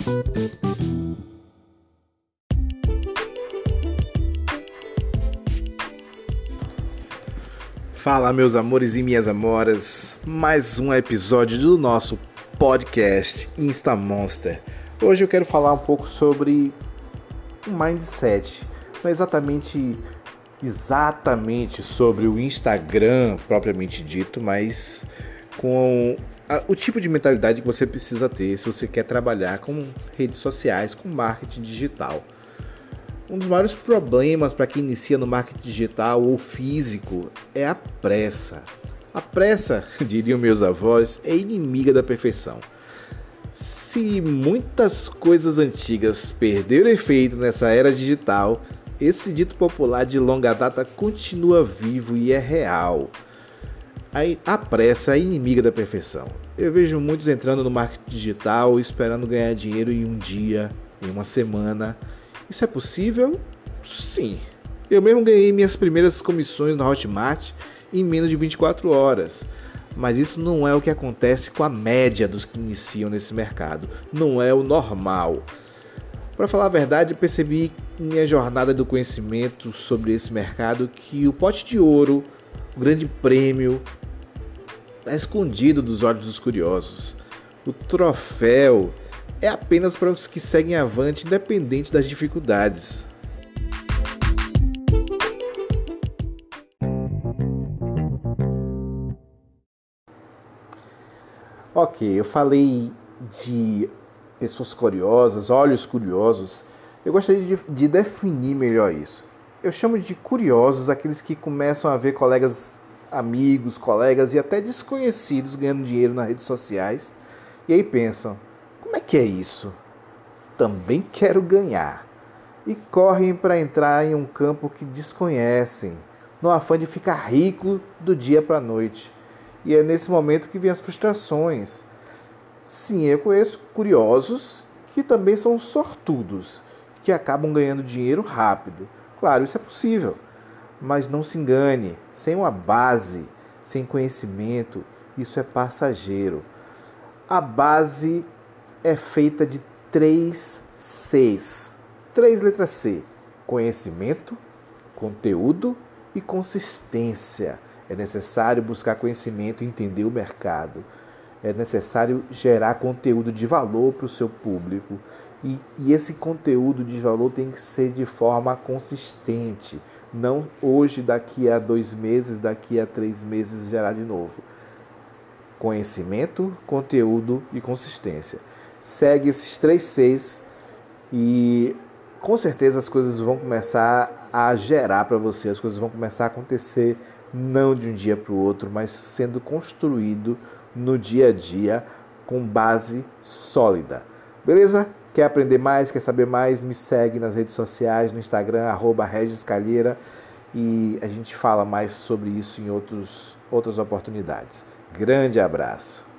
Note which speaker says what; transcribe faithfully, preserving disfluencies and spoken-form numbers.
Speaker 1: Fala, meus amores e minhas amoras, mais um episódio do nosso podcast Insta Monster. Hoje eu quero falar um pouco sobre o mindset, não é exatamente, exatamente sobre o Instagram propriamente dito, mas com a, o tipo de mentalidade que você precisa ter se você quer trabalhar com redes sociais, com marketing digital. Um dos maiores problemas para quem inicia no marketing digital ou físico é a pressa. A pressa, diriam meus avós, é inimiga da perfeição. Se muitas coisas antigas perderam efeito nessa era digital, esse dito popular de longa data continua vivo e é real. A pressa é inimiga da perfeição. Eu vejo muitos entrando no marketing digital esperando ganhar dinheiro em um dia, em uma semana. Isso é possível? Sim. Eu mesmo ganhei minhas primeiras comissões no Hotmart em menos de vinte e quatro horas. Mas isso não é o que acontece com a média dos que iniciam nesse mercado. Não é o normal. Para falar a verdade, eu percebi em minha jornada do conhecimento sobre esse mercado que o pote de ouro, o grande prêmio, está escondido dos olhos dos curiosos. O troféu é apenas para os que seguem avante, independente das dificuldades. Ok, eu falei de pessoas curiosas, olhos curiosos. Eu gostaria de, de definir melhor isso. Eu chamo de curiosos aqueles que começam a ver colegas, amigos, colegas e até desconhecidos ganhando dinheiro nas redes sociais e aí pensam: como é que é isso? Também quero ganhar. E correm para entrar em um campo que desconhecem, no afã de ficar rico do dia para a noite. E é nesse momento que vem as frustrações. Sim, eu conheço curiosos que também são sortudos, que acabam ganhando dinheiro rápido. Claro, isso é possível. Mas não se engane, sem uma base, sem conhecimento, isso é passageiro. A base é feita de três Cs. Três letras C. Conhecimento, conteúdo e consistência. É necessário buscar conhecimento e entender o mercado. É necessário gerar conteúdo de valor para o seu público. E, e esse conteúdo de valor tem que ser de forma consistente. Não hoje, daqui a dois meses, daqui a três meses gerar de novo. Conhecimento, conteúdo e consistência. Segue esses três Cs e com certeza as coisas vão começar a gerar para você, as coisas vão começar a acontecer não de um dia para o outro, mas sendo construído no dia a dia com base sólida. Beleza? Quer aprender mais, quer saber mais? Me segue nas redes sociais, no Instagram, arroba Regis Calheira, e a gente fala mais sobre isso em outros, outras oportunidades. Grande abraço!